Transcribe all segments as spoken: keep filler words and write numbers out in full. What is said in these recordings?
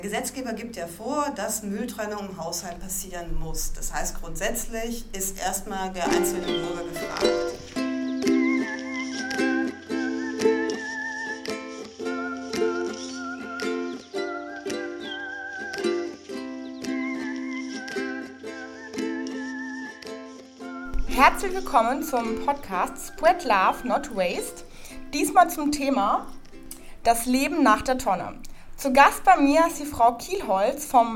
Der Gesetzgeber gibt ja vor, dass Mülltrennung im Haushalt passieren muss. Das heißt, grundsätzlich ist erstmal der einzelne Bürger gefragt. Herzlich willkommen zum Podcast Spread Love, Not Waste. Diesmal zum Thema das Leben nach der Tonne. Zu Gast bei mir ist die Frau Kielholz vom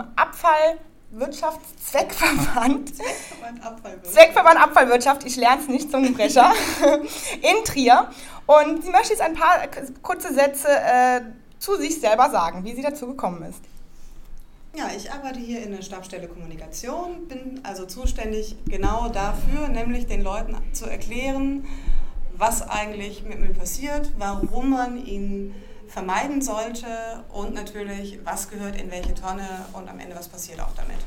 Abfallwirtschaftszweckverband. Zweckverband Abfallwirtschaft. Zweckverband Abfallwirtschaft, ich lerne es nicht, Zungenbrecher, in Trier. Und sie möchte jetzt ein paar kurze Sätze äh, zu sich selber sagen, wie sie dazu gekommen ist. Ja, ich arbeite hier in der Stabsstelle Kommunikation, bin also zuständig genau dafür, nämlich den Leuten zu erklären, was eigentlich mit Müll passiert, warum man ihn vermeiden sollte und natürlich, was gehört in welche Tonne und am Ende, was passiert auch damit.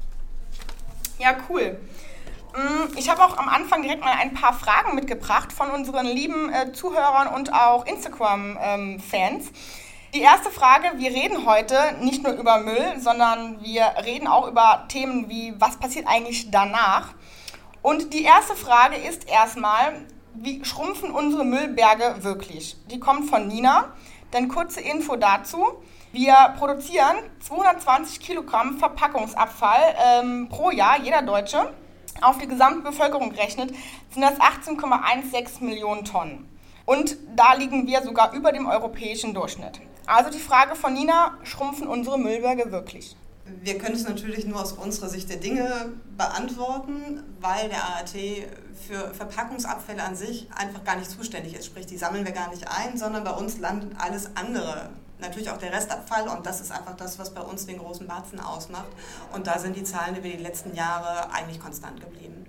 Ja, cool. Ich habe auch am Anfang direkt mal ein paar Fragen mitgebracht von unseren lieben äh, Zuhörern und auch Instagram-Fans. Die erste Frage, wir reden heute nicht nur über Müll, sondern wir reden auch über Themen wie, was passiert eigentlich danach? Und die erste Frage ist erstmal, wie schrumpfen unsere Müllberge wirklich? Die kommt von Nina. Dann kurze Info dazu. Wir produzieren zweihundertzwanzig Kilogramm Verpackungsabfall ähm, pro Jahr, jeder Deutsche. Auf die gesamte Bevölkerung gerechnet sind das achtzehn Komma sechzehn Millionen Tonnen. Und da liegen wir sogar über dem europäischen Durchschnitt. Also die Frage von Nina, schrumpfen unsere Müllberge wirklich? Wir können es natürlich nur aus unserer Sicht der Dinge beantworten, weil der A A T für Verpackungsabfälle an sich einfach gar nicht zuständig ist. Sprich, die sammeln wir gar nicht ein, sondern bei uns landet alles andere. Natürlich auch der Restabfall und das ist einfach das, was bei uns den großen Batzen ausmacht. Und da sind die Zahlen über die letzten Jahre eigentlich konstant geblieben.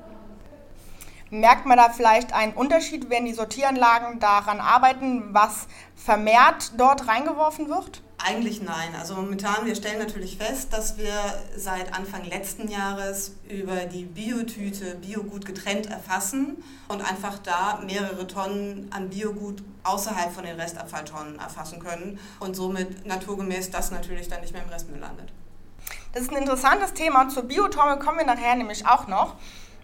Merkt man da vielleicht einen Unterschied, wenn die Sortieranlagen daran arbeiten, was vermehrt dort reingeworfen wird? Eigentlich nein. Also momentan, wir stellen natürlich fest, dass wir seit Anfang letzten Jahres über die Biotüte Biogut getrennt erfassen und einfach da mehrere Tonnen an Biogut außerhalb von den Restabfalltonnen erfassen können und somit naturgemäß das natürlich dann nicht mehr im Restmüll landet. Das ist ein interessantes Thema. Zur Biotonne kommen wir nachher nämlich auch noch.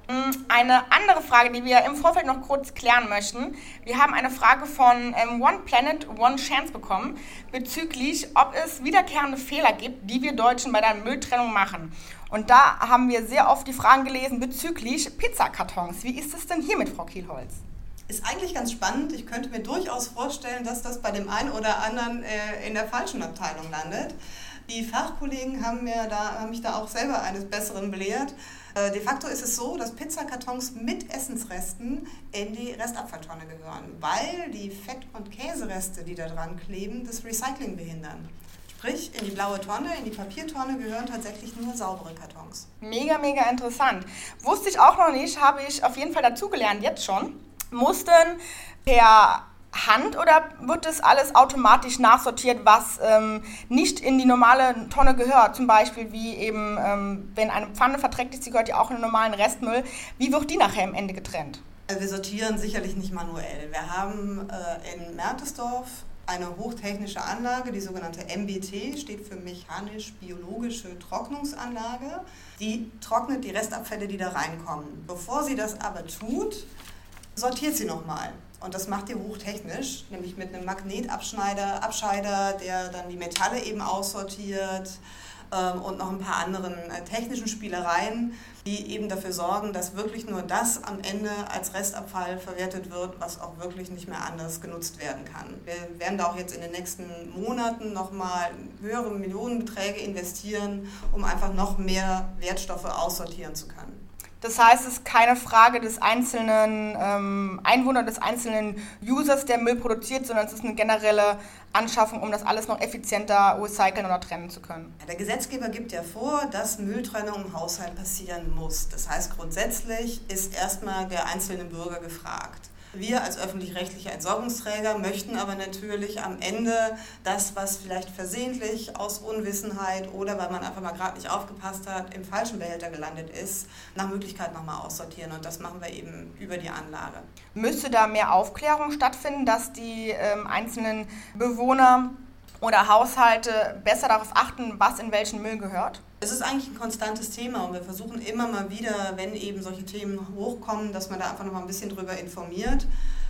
Eine andere Frage, die wir im Vorfeld noch kurz klären möchten. Wir haben eine Frage von ähm, One Planet, One Chance bekommen bezüglich, ob es wiederkehrende Fehler gibt, die wir Deutschen bei der Mülltrennung machen. Und da haben wir sehr oft die Fragen gelesen bezüglich Pizzakartons. Wie ist es denn hier mit Frau Kielholz? Ist eigentlich ganz spannend. Ich könnte mir durchaus vorstellen, dass das bei dem einen oder anderen äh, in der falschen Abteilung landet. Die Fachkollegen haben, mir da, haben mich da auch selber eines Besseren belehrt. Äh, de facto ist es so, dass Pizzakartons mit Essensresten in die Restabfalltonne gehören, weil die Fett- und Käsereste, die da dran kleben, das Recycling behindern. Sprich, in die blaue Tonne, in die Papiertonne gehören tatsächlich nur saubere Kartons. Mega, mega interessant. Wusste ich auch noch nicht, habe ich auf jeden Fall dazugelernt, jetzt schon. Mussten per Hand oder wird das alles automatisch nachsortiert, was ähm, nicht in die normale Tonne gehört? Zum Beispiel wie eben, ähm, wenn eine Pfanne verträgt ist, die gehört ja auch in den normalen Restmüll. Wie wird die nachher am Ende getrennt? Wir sortieren sicherlich nicht manuell. Wir haben äh, in Mertesdorf eine hochtechnische Anlage, die sogenannte M B T, steht für mechanisch-biologische Trocknungsanlage. Die trocknet die Restabfälle, die da reinkommen. Bevor sie das aber tut, sortiert sie nochmal. Und das macht die hochtechnisch, nämlich mit einem Magnetabschneider, Abscheider, der dann die Metalle eben aussortiert ähm, und noch ein paar anderen äh, technischen Spielereien, die eben dafür sorgen, dass wirklich nur das am Ende als Restabfall verwertet wird, was auch wirklich nicht mehr anders genutzt werden kann. Wir werden da auch jetzt in den nächsten Monaten nochmal höhere Millionenbeträge investieren, um einfach noch mehr Wertstoffe aussortieren zu können. Das heißt, es ist keine Frage des einzelnen ähm, Einwohners, des einzelnen Users, der Müll produziert, sondern es ist eine generelle Anschaffung, um das alles noch effizienter recyceln oder trennen zu können. Der Gesetzgeber gibt ja vor, dass Mülltrennung im Haushalt passieren muss. Das heißt, grundsätzlich ist erstmal der einzelne Bürger gefragt. Wir als öffentlich-rechtlicher Entsorgungsträger möchten aber natürlich am Ende das, was vielleicht versehentlich aus Unwissenheit oder weil man einfach mal gerade nicht aufgepasst hat, im falschen Behälter gelandet ist, nach Möglichkeit nochmal aussortieren. Und das machen wir eben über die Anlage. Müsste da mehr Aufklärung stattfinden, dass die ähm, einzelnen Bewohner oder Haushalte besser darauf achten, was in welchen Müll gehört? Es ist eigentlich ein konstantes Thema und wir versuchen immer mal wieder, wenn eben solche Themen hochkommen, dass man da einfach noch mal ein bisschen drüber informiert.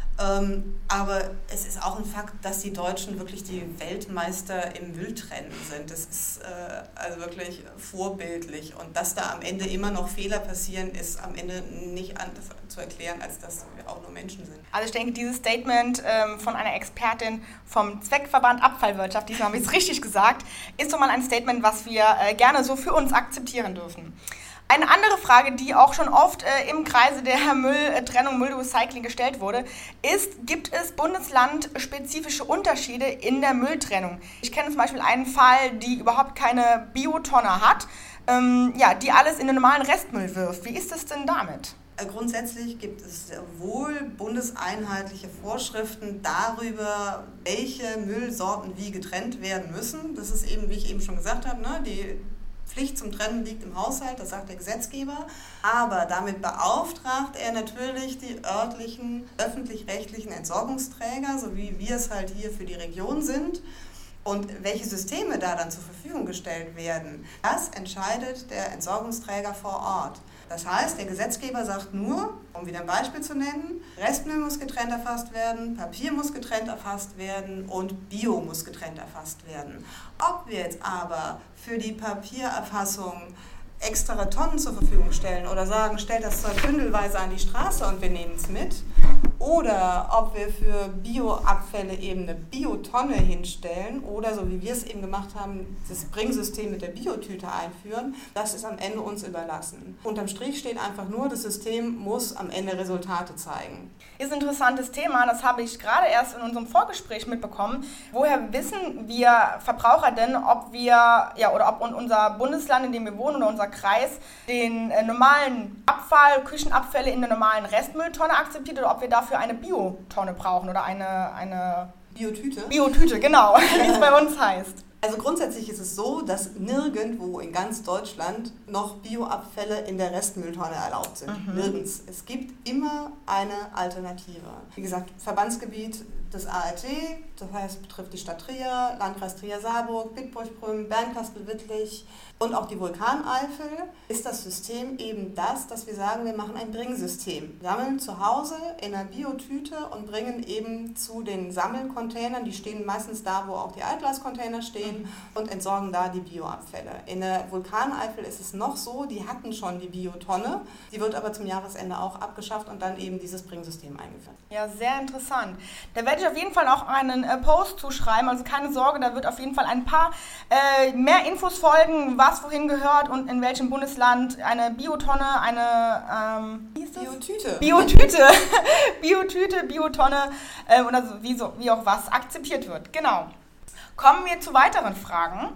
Ähm, aber es ist auch ein Fakt, dass die Deutschen wirklich die Weltmeister im Mülltrennen sind. Das ist äh, also wirklich vorbildlich. Und dass da am Ende immer noch Fehler passieren, ist am Ende nicht anders zu erklären, als dass wir auch nur Menschen sind. Also ich denke, dieses Statement ähm, von einer Expertin vom Zweckverband Abfallwirtschaft, diesmal habe ich es richtig gesagt, ist doch mal ein Statement, was wir äh, gerne so für uns akzeptieren dürfen. Eine andere Frage, die auch schon oft äh, im Kreise der Mülltrennung, Müllrecycling gestellt wurde, ist, gibt es bundeslandspezifische Unterschiede in der Mülltrennung? Ich kenne zum Beispiel einen Fall, die überhaupt keine Biotonne hat, ähm, ja, die alles in den normalen Restmüll wirft. Wie ist es denn damit? Grundsätzlich gibt es wohl bundeseinheitliche Vorschriften darüber, welche Müllsorten wie getrennt werden müssen. Das ist eben, wie ich eben schon gesagt habe, ne, die Pflicht zum Trennen liegt im Haushalt, das sagt der Gesetzgeber, aber damit beauftragt er natürlich die örtlichen, öffentlich-rechtlichen Entsorgungsträger, so wie wir es halt hier für die Region sind. Und welche Systeme da dann zur Verfügung gestellt werden, das entscheidet der Entsorgungsträger vor Ort. Das heißt, der Gesetzgeber sagt nur, um wieder ein Beispiel zu nennen, Restmüll muss getrennt erfasst werden, Papier muss getrennt erfasst werden und Bio muss getrennt erfasst werden. Ob wir jetzt aber für die Papiererfassung extra Tonnen zur Verfügung stellen oder sagen, stellt das Zeug bündelweise an die Straße und wir nehmen es mit, oder ob wir für Bioabfälle eben eine Biotonne hinstellen oder, so wie wir es eben gemacht haben, das Bringsystem mit der Biotüte einführen, das ist am Ende uns überlassen. Unterm Strich steht einfach nur, das System muss am Ende Resultate zeigen. Ist ein interessantes Thema, das habe ich gerade erst in unserem Vorgespräch mitbekommen. Woher wissen wir Verbraucher denn, ob wir, ja, oder ob unser Bundesland, in dem wir wohnen, oder unser Kreis den äh, normalen Abfall, Küchenabfälle in der normalen Restmülltonne akzeptiert oder ob wir dafür eine Biotonne brauchen oder eine, eine Biotüte? Biotüte, genau, wie es bei uns heißt. Also grundsätzlich ist es so, dass nirgendwo in ganz Deutschland noch Bioabfälle in der Restmülltonne erlaubt sind. Mhm. Nirgends. Es gibt immer eine Alternative. Wie gesagt, Verbandsgebiet des A R T, das heißt betrifft die Stadt Trier, Landkreis Trier-Saarburg, Bitburg-Prüm, Bernkastel-Wittlich und auch die Vulkaneifel, ist das System eben das, dass wir sagen, wir machen ein Bringsystem. Wir sammeln zu Hause in einer Biotüte und bringen eben zu den Sammelcontainern, die stehen meistens da, wo auch die Altglascontainer stehen, und entsorgen da die Bioabfälle. In der Vulkaneifel ist es noch so, die hatten schon die Biotonne, die wird aber zum Jahresende auch abgeschafft und dann eben dieses Bringsystem eingeführt. Ja, sehr interessant. Da werde ich auf jeden Fall auch einen äh, Post zuschreiben, also keine Sorge, da wird auf jeden Fall ein paar äh, mehr Infos folgen, was wohin gehört und in welchem Bundesland eine Biotonne, eine ähm, wie ist das? Biotüte. Biotüte, Biotüte, Biotonne äh, oder so, wie, so, wie auch was akzeptiert wird. Genau. Kommen wir zu weiteren Fragen.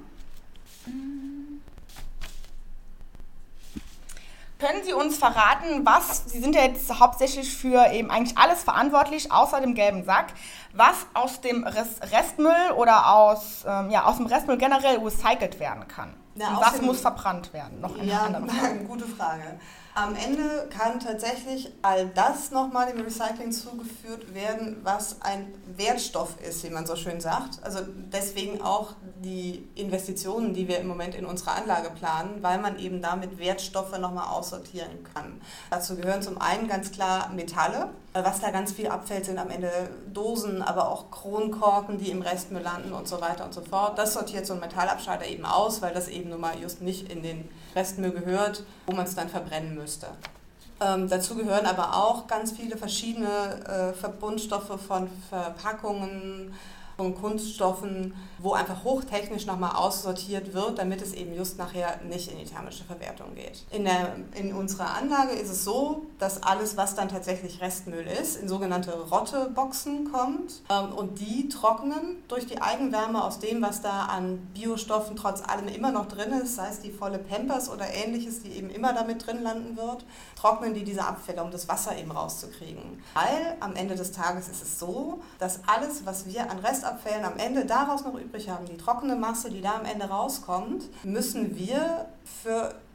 Können Sie uns verraten, was, Sie sind ja jetzt hauptsächlich für eben eigentlich alles verantwortlich, außer dem gelben Sack, was aus dem Restmüll oder aus, ähm, ja, aus dem Restmüll generell recycelt werden kann? Ja, und was muss verbrannt werden? Noch eine ja, andere Frage. Gute Frage. Am Ende kann tatsächlich all das nochmal dem Recycling zugeführt werden, was ein Wertstoff ist, wie man so schön sagt. Also deswegen auch die Investitionen, die wir im Moment in unserer Anlage planen, weil man eben damit Wertstoffe nochmal aussortieren kann. Dazu gehören zum einen ganz klar Metalle. Was da ganz viel abfällt, sind am Ende Dosen, aber auch Kronkorken, die im Restmüll landen und so weiter und so fort. Das sortiert so ein Metallabscheider eben aus, weil das eben nun mal just nicht in den Restmüll gehört, wo man es dann verbrennen müsste. Ähm, dazu gehören aber auch ganz viele verschiedene äh, Verbundstoffe von Verpackungen, von Kunststoffen, wo einfach hochtechnisch nochmal aussortiert wird, damit es eben just nachher nicht in die thermische Verwertung geht. In, der, in unserer Anlage ist es so, dass alles, was dann tatsächlich Restmüll ist, in sogenannte Rotteboxen kommt ähm, und die trocknen durch die Eigenwärme aus dem, was da an Biostoffen trotz allem immer noch drin ist, sei es die volle Pampers oder ähnliches, die eben immer damit drin landen wird, trocknen die diese Abfälle, um das Wasser eben rauszukriegen. Weil am Ende des Tages ist es so, dass alles, was wir an Rest Abfällen am Ende daraus noch übrig haben, die trockene Masse, die da am Ende rauskommt, müssen wir für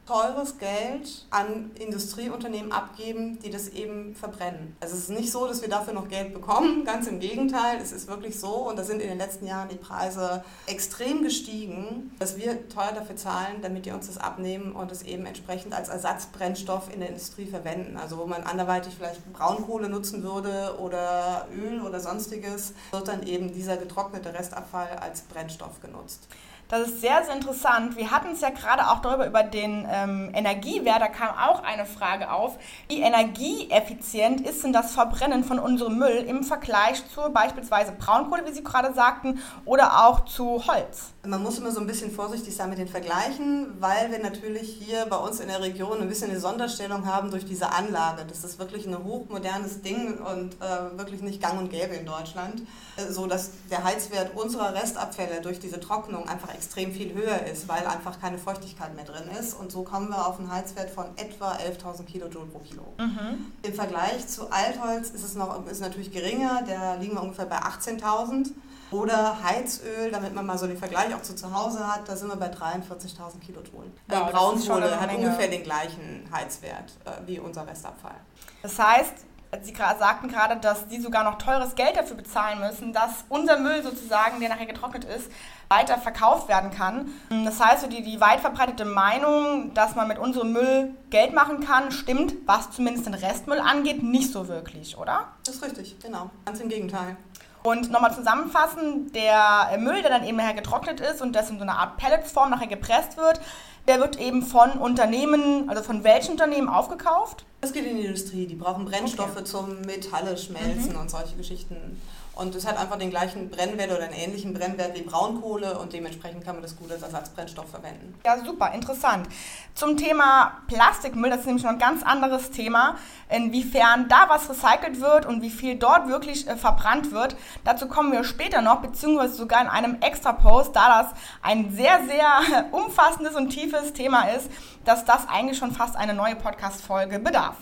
teures Geld an Industrieunternehmen abgeben, die das eben verbrennen. Also es ist nicht so, dass wir dafür noch Geld bekommen, ganz im Gegenteil, es ist wirklich so und da sind in den letzten Jahren die Preise extrem gestiegen, dass wir teuer dafür zahlen, damit die uns das abnehmen und es eben entsprechend als Ersatzbrennstoff in der Industrie verwenden. Also wo man anderweitig vielleicht Braunkohle nutzen würde oder Öl oder sonstiges, wird dann eben dieser getrocknete Restabfall als Brennstoff genutzt. Das ist sehr, sehr interessant. Wir hatten es ja gerade auch darüber, über den ähm, Energiewert, da kam auch eine Frage auf. Wie energieeffizient ist denn das Verbrennen von unserem Müll im Vergleich zu beispielsweise Braunkohle, wie Sie gerade sagten, oder auch zu Holz? Man muss immer so ein bisschen vorsichtig sein mit den Vergleichen, weil wir natürlich hier bei uns in der Region ein bisschen eine Sonderstellung haben durch diese Anlage. Das ist wirklich ein hochmodernes Ding und äh, wirklich nicht gang und gäbe in Deutschland, äh, so dass der Heizwert unserer Restabfälle durch diese Trocknung einfach extrem viel höher ist, weil einfach keine Feuchtigkeit mehr drin ist. Und so kommen wir auf einen Heizwert von etwa elftausend Kilojoule pro Kilo. Mhm. Im Vergleich zu Altholz ist es noch, ist natürlich geringer, da liegen wir ungefähr bei achtzehntausend. Oder Heizöl, damit man mal so den Vergleich auch zu zu Hause hat, da sind wir bei dreiundvierzigtausend Kilojoule. Ja, äh, Braunkohle hat ungefähr den gleichen Heizwert äh, wie unser Restabfall. Das heißt, Sie sagten gerade, dass die sogar noch teures Geld dafür bezahlen müssen, dass unser Müll sozusagen, der nachher getrocknet ist, weiter verkauft werden kann. Das heißt, die, die weit verbreitete Meinung, dass man mit unserem Müll Geld machen kann, stimmt, was zumindest den Restmüll angeht, nicht so wirklich, oder? Das ist richtig, genau. Ganz im Gegenteil. Und nochmal zusammenfassend, der Müll, der dann eben nachher getrocknet ist und das in so einer Art Pelletsform nachher gepresst wird, der wird eben von Unternehmen, also von welchen Unternehmen aufgekauft? Das geht in die Industrie, die brauchen Brennstoffe okay. zum Metalle schmelzen mhm. und solche Geschichten. Und es hat einfach den gleichen Brennwert oder einen ähnlichen Brennwert wie Braunkohle und dementsprechend kann man das gut als Ersatzbrennstoff verwenden. Ja, super, interessant. Zum Thema Plastikmüll, das ist nämlich noch ein ganz anderes Thema, inwiefern da was recycelt wird und wie viel dort wirklich äh, verbrannt wird. Dazu kommen wir später noch, beziehungsweise sogar in einem Extra-Post, da das ein sehr, sehr umfassendes und tiefes Thema ist, dass das eigentlich schon fast eine neue Podcast-Folge bedarf.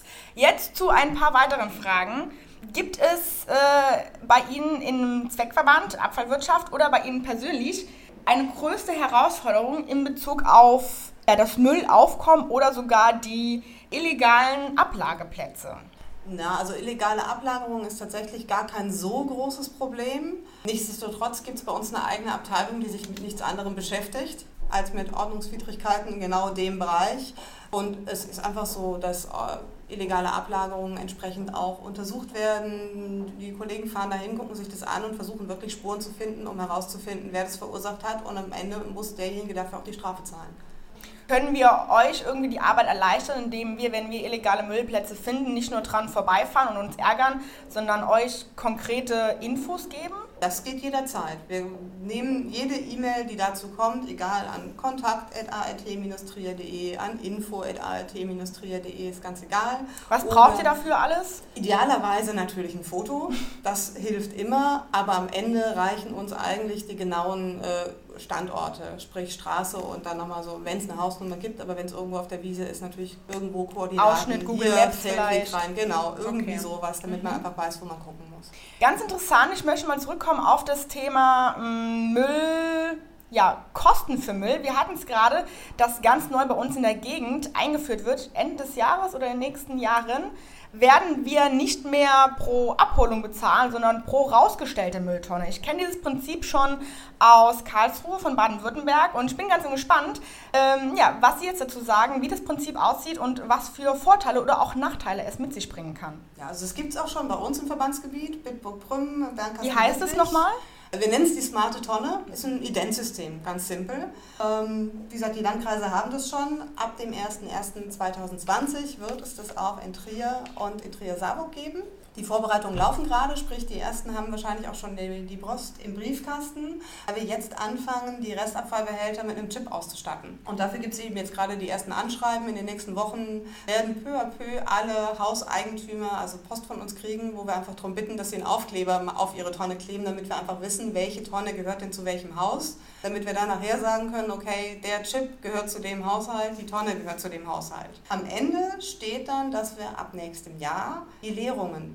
Jetzt zu ein paar weiteren Fragen. Gibt es äh, bei Ihnen im Zweckverband Abfallwirtschaft oder bei Ihnen persönlich eine größte Herausforderung in Bezug auf ja, das Müllaufkommen oder sogar die illegalen Ablageplätze? Na, also illegale Ablagerung ist tatsächlich gar kein so großes Problem. Nichtsdestotrotz gibt es bei uns eine eigene Abteilung, die sich mit nichts anderem beschäftigt als mit Ordnungswidrigkeiten in genau dem Bereich. Und es ist einfach so, dass illegale Ablagerungen entsprechend auch untersucht werden. Die Kollegen fahren dahin, gucken sich das an und versuchen wirklich Spuren zu finden, um herauszufinden, wer das verursacht hat. Und am Ende muss derjenige dafür auch die Strafe zahlen. Können wir euch irgendwie die Arbeit erleichtern, indem wir, wenn wir illegale Müllplätze finden, nicht nur dran vorbeifahren und uns ärgern, sondern euch konkrete Infos geben? Das geht jederzeit. Wir nehmen jede E-Mail, die dazu kommt, egal an kontakt at a r t dash trier punkt d e, an info at a r t dash trier punkt d e, ist ganz egal. Was braucht ihr dafür alles? Idealerweise natürlich ein Foto, das hilft immer, aber am Ende reichen uns eigentlich die genauen äh, Standorte, sprich Straße und dann nochmal so, wenn es eine Hausnummer gibt, aber wenn es irgendwo auf der Wiese ist, natürlich irgendwo Koordinaten. Ausschnitt, Google Maps vielleicht. Rein, genau, irgendwie okay. sowas, damit mhm. man einfach weiß, wo man gucken muss. Ganz interessant, ich möchte mal zurückkommen auf das Thema mh, Müll, ja, Kosten für Müll. Wir hatten es gerade, dass ganz neu bei uns in der Gegend eingeführt wird, Ende des Jahres oder in den nächsten Jahren, werden wir nicht mehr pro Abholung bezahlen, sondern pro rausgestellte Mülltonne. Ich kenne dieses Prinzip schon aus Karlsruhe von Baden-Württemberg und ich bin ganz gespannt, ähm, ja, was Sie jetzt dazu sagen, wie das Prinzip aussieht und was für Vorteile oder auch Nachteile es mit sich bringen kann. Ja, also es gibt es auch schon bei uns im Verbandsgebiet, Bitburg-Prüm, Bernkasten. Wie heißt es nochmal? Wir nennen es die smarte Tonne, ist ein Identsystem, ganz simpel. Ähm, wie gesagt, die Landkreise haben das schon. Ab dem ersten ersten zweitausendzwanzig wird es das auch in Trier und in Trier-Saarburg geben. Die Vorbereitungen laufen gerade, sprich die ersten haben wahrscheinlich auch schon die, die Post im Briefkasten, weil wir jetzt anfangen, die Restabfallbehälter mit einem Chip auszustatten. Und dafür gibt es eben jetzt gerade die ersten Anschreiben. In den nächsten Wochen werden peu à peu alle Hauseigentümer, also Post von uns kriegen, wo wir einfach darum bitten, dass sie einen Aufkleber auf ihre Tonne kleben, damit wir einfach wissen, welche Tonne gehört denn zu welchem Haus, damit wir dann nachher sagen können, okay, der Chip gehört zu dem Haushalt, die Tonne gehört zu dem Haushalt. Am Ende steht dann, dass wir ab nächstem Jahr die Leerungen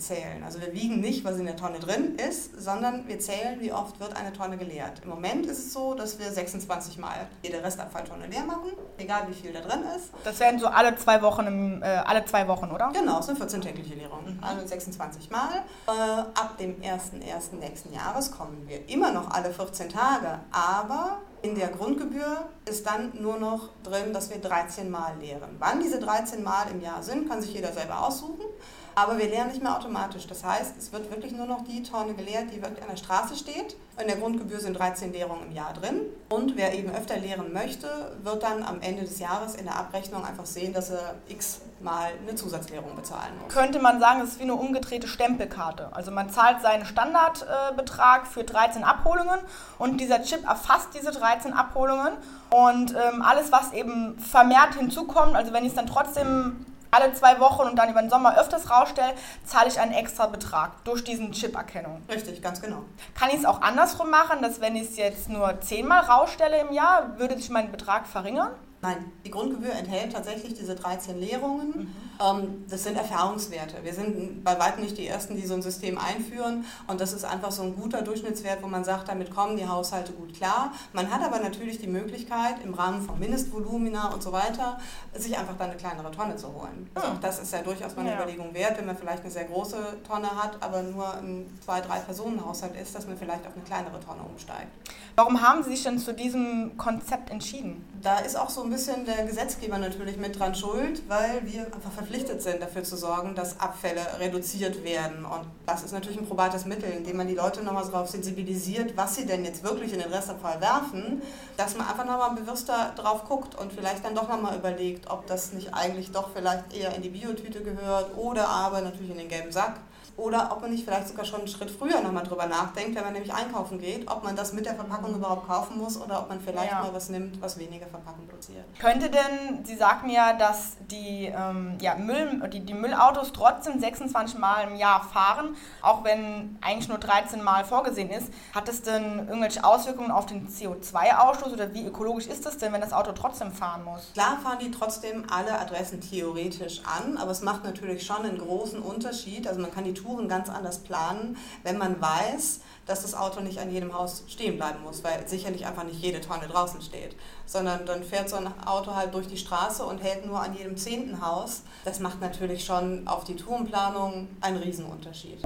zählen. Also wir wiegen nicht, was in der Tonne drin ist, sondern wir zählen, wie oft wird eine Tonne geleert. Im Moment ist es so, dass wir sechsundzwanzig Mal jede Restabfalltonne leer machen, egal wie viel da drin ist. Das werden so alle zwei Wochen, im, äh, alle zwei Wochen, oder? Genau, es sind vierzehn-tägliche Leerungen, mhm. also sechsundzwanzig Mal. Äh, ab dem ersten ersten nächsten Jahres kommen wir immer noch alle vierzehn Tage, aber in der Grundgebühr ist dann nur noch drin, dass wir dreizehn Mal leeren. Wann diese dreizehn Mal im Jahr sind, kann sich jeder selber aussuchen. Aber wir leeren nicht mehr automatisch. Das heißt, es wird wirklich nur noch die Tonne geleert, die wirklich an der Straße steht. In der Grundgebühr sind dreizehn Leerungen im Jahr drin. Und wer eben öfter leeren möchte, wird dann am Ende des Jahres in der Abrechnung einfach sehen, dass er x Mal eine Zusatzleerung bezahlen muss. Könnte man sagen, es ist wie eine umgedrehte Stempelkarte. Also man zahlt seinen Standardbetrag für dreizehn Abholungen und dieser Chip erfasst diese dreizehn Abholungen. Und ähm, alles, was eben vermehrt hinzukommt, also wenn ich es dann trotzdem alle zwei Wochen und dann über den Sommer öfters rausstelle, zahle ich einen extra Betrag durch diesen Chip-Erkennung. Richtig, ganz genau. Kann ich es auch andersrum machen, dass wenn ich es jetzt nur zehnmal rausstelle im Jahr, würde sich mein Betrag verringern? Nein, die Grundgebühr enthält tatsächlich diese dreizehn Leerungen. Mhm. Ähm, das sind Erfahrungswerte. Wir sind bei weitem nicht die Ersten, die so ein System einführen. Und das ist einfach so ein guter Durchschnittswert, wo man sagt, damit kommen die Haushalte gut klar. Man hat aber natürlich die Möglichkeit, im Rahmen von Mindestvolumina und so weiter, sich einfach dann eine kleinere Tonne zu holen. Also auch das ist ja durchaus mal eine ja. Überlegung wert, wenn man vielleicht eine sehr große Tonne hat, aber nur ein zwei-, drei-Personen-Haushalt ist, dass man vielleicht auf eine kleinere Tonne umsteigt. Warum haben Sie sich denn zu diesem Konzept entschieden? Da ist auch so ein bisschen der Gesetzgeber natürlich mit dran schuld, weil wir einfach verpflichtet sind, dafür zu sorgen, dass Abfälle reduziert werden. Und das ist natürlich ein probates Mittel, indem man die Leute nochmal so darauf sensibilisiert, was sie denn jetzt wirklich in den Restabfall werfen, dass man einfach nochmal bewusster drauf guckt und vielleicht dann doch nochmal überlegt, ob das nicht eigentlich doch vielleicht eher in die Biotüte gehört oder aber natürlich in den gelben Sack. Oder ob man nicht vielleicht sogar schon einen Schritt früher nochmal drüber nachdenkt, wenn man nämlich einkaufen geht, ob man das mit der Verpackung überhaupt kaufen muss oder ob man vielleicht ja. mal was nimmt, was weniger Verpackung produziert. Könnte denn, Sie sagten ja, dass die, ähm, ja, Müll, die, die Müllautos trotzdem sechsundzwanzig Mal im Jahr fahren, auch wenn eigentlich nur dreizehn Mal vorgesehen ist. Hat es denn irgendwelche Auswirkungen auf den C O zwei Ausstoß oder wie ökologisch ist das denn, wenn das Auto trotzdem fahren muss? Klar fahren die trotzdem alle Adressen theoretisch an, aber es macht natürlich schon einen großen Unterschied. Also man kann die Touren ganz anders planen, wenn man weiß, dass das Auto nicht an jedem Haus stehen bleiben muss, weil sicherlich einfach nicht jede Tonne draußen steht, sondern dann fährt so ein Auto halt durch die Straße und hält nur an jedem zehnten Haus. Das macht natürlich schon auf die Tourenplanung einen Riesenunterschied.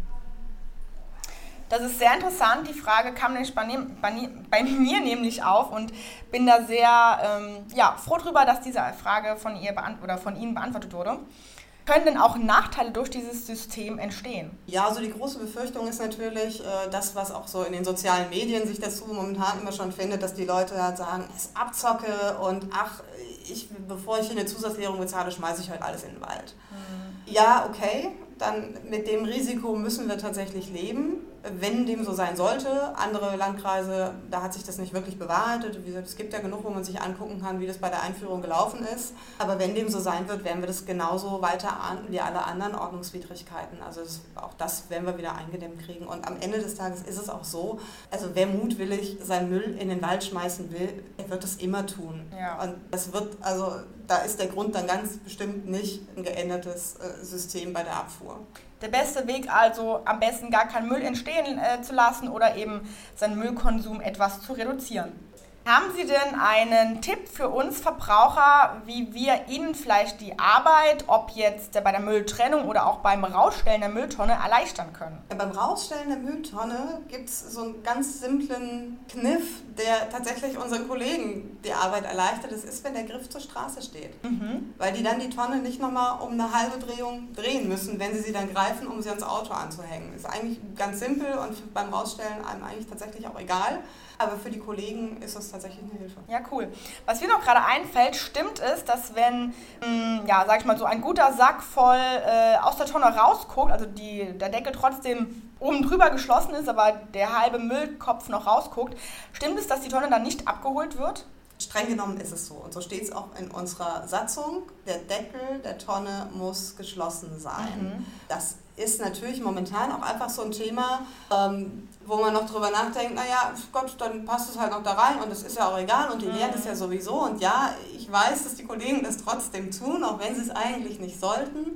Das ist sehr interessant. Die Frage kam nämlich bei, bei, bei mir nämlich auf und bin da sehr ähm, ja, froh drüber, dass diese Frage von, ihr beant- oder von Ihnen beantwortet wurde. Können denn auch Nachteile durch dieses System entstehen? Ja, also die große Befürchtung ist natürlich äh, das, was auch so in den sozialen Medien sich dazu momentan immer schon findet, dass die Leute halt sagen, es ist Abzocke und ach, ich, bevor ich eine Zusatzleerung bezahle, schmeiße ich halt alles in den Wald. Mhm. Ja, okay, dann mit dem Risiko müssen wir tatsächlich leben, wenn dem so sein sollte. Andere Landkreise, da hat sich das nicht wirklich bewahrheitet. Wie gesagt, es gibt ja genug, wo man sich angucken kann, wie das bei der Einführung gelaufen ist. Aber wenn dem so sein wird, werden wir das genauso weiter ahnden wie alle anderen Ordnungswidrigkeiten. Also das, auch das werden wir wieder eingedämmt kriegen. Und am Ende des Tages ist es auch so, also wer mutwillig seinen Müll in den Wald schmeißen will, der wird das immer tun. Ja. Und das wird, also da ist der Grund dann ganz bestimmt nicht ein geändertes äh, System bei der Abfuhr. Der beste Weg also, am besten gar keinen Müll entstehen äh, zu lassen oder eben seinen Müllkonsum etwas zu reduzieren. Haben Sie denn einen Tipp für uns Verbraucher, wie wir Ihnen vielleicht die Arbeit, ob jetzt bei der Mülltrennung oder auch beim Rausstellen der Mülltonne, erleichtern können? Ja, beim Rausstellen der Mülltonne gibt es so einen ganz simplen Kniff, der tatsächlich unseren Kollegen die Arbeit erleichtert. Das ist, wenn der Griff zur Straße steht. Mhm. Weil die dann die Tonne nicht nochmal um eine halbe Drehung drehen müssen, wenn sie sie dann greifen, um sie ans Auto anzuhängen. Das ist eigentlich ganz simpel und beim Rausstellen einem eigentlich tatsächlich auch egal. Aber für die Kollegen ist das tatsächlich eine Hilfe. Ja, cool. Was mir noch gerade einfällt, stimmt es, dass wenn, mh, ja, sag ich mal so, ein guter Sack voll äh, aus der Tonne rausguckt, also die, der Deckel trotzdem oben drüber geschlossen ist, aber der halbe Müllkopf noch rausguckt, stimmt es, dass die Tonne dann nicht abgeholt wird? Streng genommen ist es so. Und so steht es auch in unserer Satzung. Der Deckel der Tonne muss geschlossen sein. Mhm. Das ist natürlich momentan auch einfach so ein Thema, ähm, wo man noch drüber nachdenkt, naja, Gott, dann passt es halt noch da rein und es ist ja auch egal und die leeren es ja sowieso. Und ja, ich weiß, dass die Kollegen das trotzdem tun, auch wenn sie es eigentlich nicht sollten.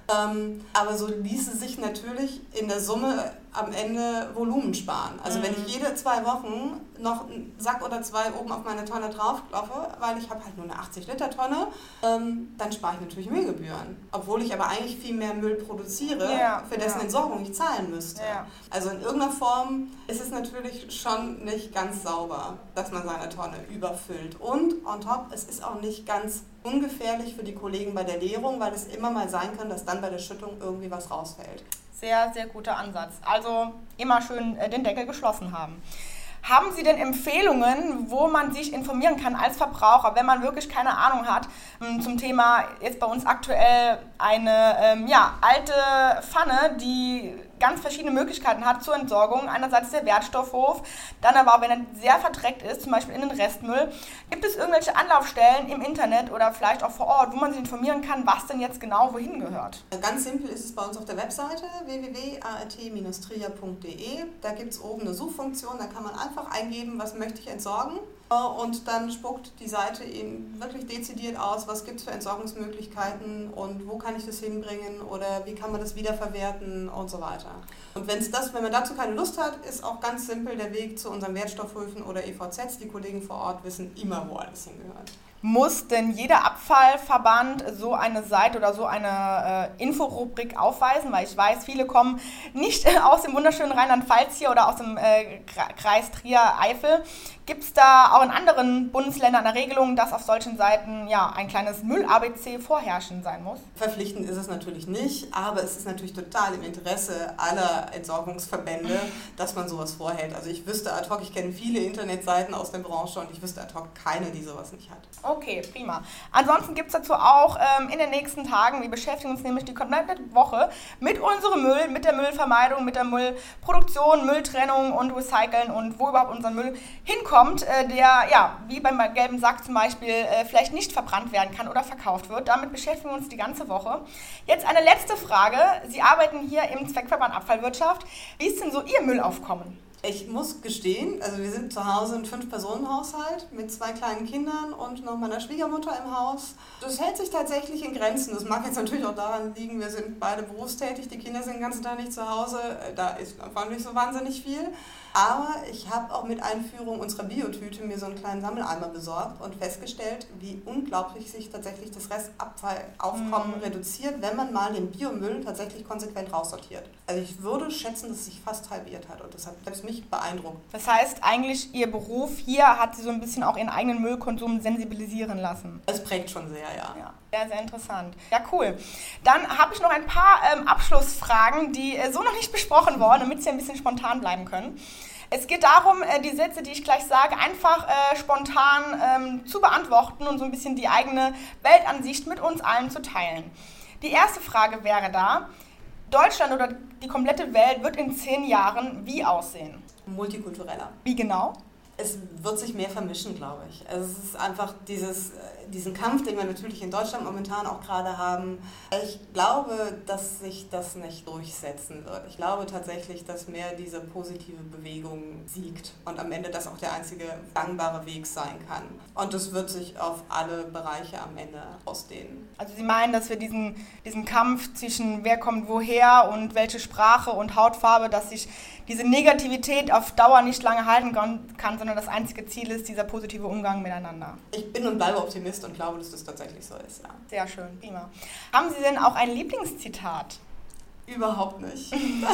Ähm, aber so ließe sich natürlich in der Summe am Ende Volumen sparen. Also mhm. wenn ich jede zwei Wochen noch einen Sack oder zwei oben auf meine Tonne draufklopfe, weil ich habe halt nur eine achtzig Liter Tonne, ähm, dann spare ich natürlich Müllgebühren. Obwohl ich aber eigentlich viel mehr Müll produziere, ja, für dessen ja. Entsorgung ich zahlen müsste. Ja. Also in irgendeiner Form ist es natürlich schon nicht ganz sauber, dass man seine Tonne überfüllt. Und on top, es ist auch nicht ganz ungefährlich für die Kollegen bei der Leerung, weil es immer mal sein kann, dass dann bei der Schüttung irgendwie was rausfällt. Sehr, sehr guter Ansatz. Also immer schön den Deckel geschlossen haben. Haben Sie denn Empfehlungen, wo man sich informieren kann als Verbraucher, wenn man wirklich keine Ahnung hat, zum Thema jetzt bei uns aktuell eine ähm, ja, alte Pfanne, die ganz verschiedene Möglichkeiten hat zur Entsorgung. Einerseits der Wertstoffhof, dann aber auch, wenn er sehr verdreckt ist, zum Beispiel in den Restmüll. Gibt es irgendwelche Anlaufstellen im Internet oder vielleicht auch vor Ort, wo man sich informieren kann, was denn jetzt genau wohin gehört? Ganz simpel ist es bei uns auf der Webseite w w w punkt a r t Bindestrich tria punkt d e. Da gibt es oben eine Suchfunktion, da kann man einfach eingeben, was möchte ich entsorgen. Und dann spuckt die Seite Ihnen wirklich dezidiert aus, was gibt es für Entsorgungsmöglichkeiten und wo kann ich das hinbringen oder wie kann man das wiederverwerten und so weiter. Und wenn's das, wenn man dazu keine Lust hat, ist auch ganz simpel der Weg zu unseren Wertstoffhöfen oder E V Zs. Die Kollegen vor Ort wissen immer, wo alles hingehört. Muss denn jeder Abfallverband so eine Seite oder so eine äh, Inforubrik aufweisen? Weil ich weiß, viele kommen nicht äh, aus dem wunderschönen Rheinland-Pfalz hier oder aus dem äh, Kreis Trier-Eifel. Gibt es da auch in anderen Bundesländern eine Regelung, dass auf solchen Seiten ja ein kleines Müll-A B C vorherrschend sein muss? Verpflichtend ist es natürlich nicht, aber es ist natürlich total im Interesse aller Entsorgungsverbände, dass man sowas vorhält. Also ich wüsste ad hoc, ich kenne viele Internetseiten aus der Branche und ich wüsste ad hoc keine, die sowas nicht hat. Okay, prima. Ansonsten gibt es dazu auch ähm, in den nächsten Tagen, wir beschäftigen uns nämlich die komplette Woche mit unserem Müll, mit der Müllvermeidung, mit der Müllproduktion, Mülltrennung und Recyceln und wo überhaupt unser Müll hinkommt, äh, der, ja, wie beim gelben Sack zum Beispiel, äh, vielleicht nicht verbrannt werden kann oder verkauft wird. Damit beschäftigen wir uns die ganze Woche. Jetzt eine letzte Frage. Sie arbeiten hier im Zweckverband Abfallwirtschaft. Wie ist denn so Ihr Müllaufkommen? Ich muss gestehen, also wir sind zu Hause ein Fünf-Personen-Haushalt mit zwei kleinen Kindern und noch meiner Schwiegermutter im Haus. Das hält sich tatsächlich in Grenzen. Das mag jetzt natürlich auch daran liegen, wir sind beide berufstätig, die Kinder sind den ganzen Tag nicht zu Hause, da ist einfach nicht so wahnsinnig viel. Aber ich habe auch mit Einführung unserer Biotüte mir so einen kleinen Sammeleimer besorgt und festgestellt, wie unglaublich sich tatsächlich das Restabfallaufkommen mm. reduziert, wenn man mal den Biomüll tatsächlich konsequent raussortiert. Also ich würde schätzen, dass es sich fast halbiert hat und das hat selbst mich beeindruckt. Das heißt, eigentlich Ihr Beruf hier hat Sie so ein bisschen auch Ihren eigenen Müllkonsum sensibilisieren lassen. Es prägt schon sehr, ja. ja. Sehr, sehr interessant. Ja, cool. Dann habe ich noch ein paar ähm, Abschlussfragen, die äh, so noch nicht besprochen wurden, damit Sie ein bisschen spontan bleiben können. Es geht darum, äh, die Sätze, die ich gleich sage, einfach äh, spontan ähm, zu beantworten und so ein bisschen die eigene Weltansicht mit uns allen zu teilen. Die erste Frage wäre da: Deutschland oder die komplette Welt wird in zehn Jahren wie aussehen? Multikultureller. Wie genau? Es wird sich mehr vermischen, glaube ich. Also es ist einfach dieses, diesen Kampf, den wir natürlich in Deutschland momentan auch gerade haben. Ich glaube, dass sich das nicht durchsetzen wird. Ich glaube tatsächlich, dass mehr diese positive Bewegung siegt und am Ende das auch der einzige gangbare Weg sein kann. Und das wird sich auf alle Bereiche am Ende ausdehnen. Also Sie meinen, dass wir diesen, diesen Kampf zwischen wer kommt woher und welche Sprache und Hautfarbe, dass sich diese Negativität auf Dauer nicht lange halten kann, sondern das einzige Ziel ist dieser positive Umgang miteinander. Ich bin und bleibe Optimist und glaube, dass das tatsächlich so ist, ja. Sehr schön, prima. Haben Sie denn auch ein Lieblingszitat? Überhaupt nicht.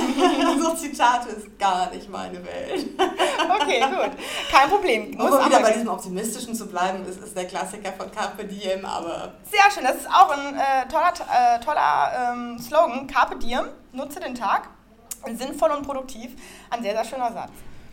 So Zitate ist gar nicht meine Welt. Okay, gut. Kein Problem. Muss um wieder bei diesem Optimistischen zu bleiben, ist, ist der Klassiker von Carpe Diem, aber... Sehr schön, das ist auch ein äh, toller, äh, toller ähm, Slogan. Carpe Diem, nutze den Tag. Sinnvoll und produktiv. Ein sehr, sehr schöner Satz.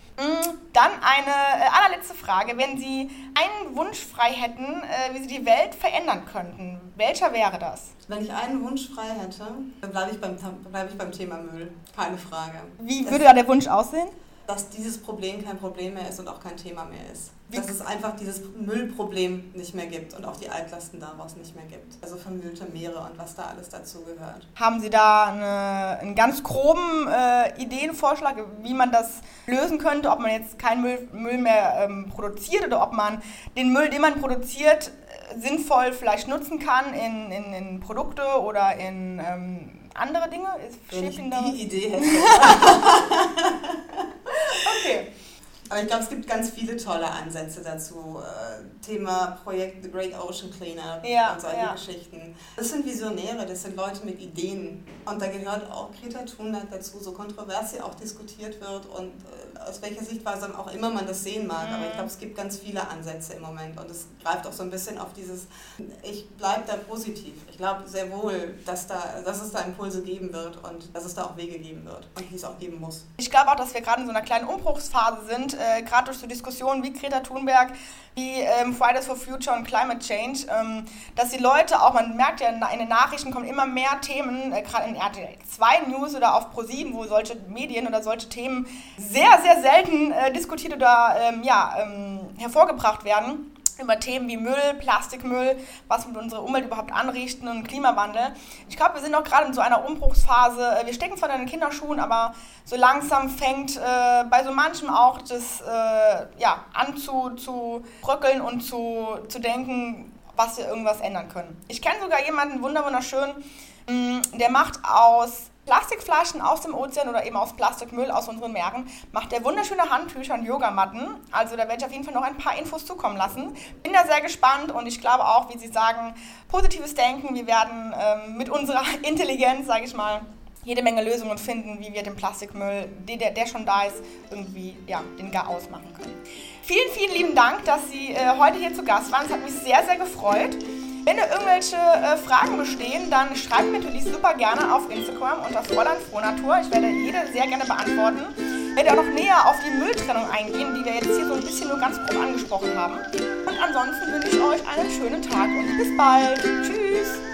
Dann eine äh, allerletzte Frage. Wenn Sie einen Wunsch frei hätten, äh, wie Sie die Welt verändern könnten, welcher wäre das? Wenn ich einen Wunsch frei hätte, dann bleibe ich beim, bleib ich beim Thema Müll. Keine Frage. Wie das, würde da der Wunsch aussehen? Dass dieses Problem kein Problem mehr ist und auch kein Thema mehr ist. Wie? Dass es einfach dieses Müllproblem nicht mehr gibt und auch die Altlasten daraus nicht mehr gibt. Also vermüllte Meere und was da alles dazu gehört. Haben Sie da eine, einen ganz groben äh, Ideenvorschlag, wie man das lösen könnte? Ob man jetzt keinen Müll, Müll mehr ähm, produziert oder ob man den Müll, den man produziert, sinnvoll vielleicht nutzen kann in, in, in Produkte oder in ähm, andere Dinge? Wenn ich die Idee hätte. Okay. Aber ich glaube, es gibt ganz viele tolle Ansätze dazu. Äh, Thema Projekt The Great Ocean Cleanup ja, und solche ja. Geschichten. Das sind Visionäre, das sind Leute mit Ideen. Und da gehört auch Greta Thunberg dazu, so kontrovers sie auch diskutiert wird und äh, aus welcher Sichtweise auch immer man das sehen mag. Mhm. Aber ich glaube, es gibt ganz viele Ansätze im Moment und es greift auch so ein bisschen auf dieses, ich bleibe da positiv. Ich glaube sehr wohl, dass, da, dass es da Impulse geben wird und dass es da auch Wege geben wird und die es auch geben muss. Ich glaube auch, dass wir gerade in so einer kleinen Umbruchsphase sind, äh, gerade durch so Diskussionen wie Greta Thunberg, wie ähm, Fridays for Future und Climate Change, ähm, dass die Leute auch, man merkt ja, in den Nachrichten kommen immer mehr Themen, äh, gerade in R T L zwei News oder auf ProSieben, wo solche Medien oder solche Themen sehr, sehr selten äh, diskutiert oder ähm, ja, ähm, hervorgebracht werden. Über Themen wie Müll, Plastikmüll, was mit unserer Umwelt überhaupt anrichten und Klimawandel. Ich glaube, wir sind auch gerade in so einer Umbruchsphase. Wir stecken zwar in den Kinderschuhen, aber so langsam fängt äh, bei so manchem auch das äh, ja, an zu, zu bröckeln und zu, zu denken, was wir irgendwas ändern können. Ich kenne sogar jemanden, wunderschön, der macht aus Plastikflaschen aus dem Ozean oder eben aus Plastikmüll aus unseren Meeren, macht der wunderschöne Handtücher und Yogamatten. Also da werde ich auf jeden Fall noch ein paar Infos zukommen lassen. Bin da sehr gespannt und ich glaube auch, wie Sie sagen, positives Denken. Wir werden ähm, mit unserer Intelligenz, sage ich mal, jede Menge Lösungen finden, wie wir den Plastikmüll, der, der schon da ist, irgendwie ja, den gar ausmachen können. Vielen, vielen lieben Dank, dass Sie äh, heute hier zu Gast waren. Es hat mich sehr, sehr gefreut. Wenn da irgendwelche äh, Fragen bestehen, dann schreibt mir natürlich super gerne auf Instagram unter Fräulein Frohnatur. Ich werde jede sehr gerne beantworten. Ich werde auch noch näher auf die Mülltrennung eingehen, die wir jetzt hier so ein bisschen nur ganz grob angesprochen haben. Und ansonsten wünsche ich euch einen schönen Tag und bis bald. Tschüss!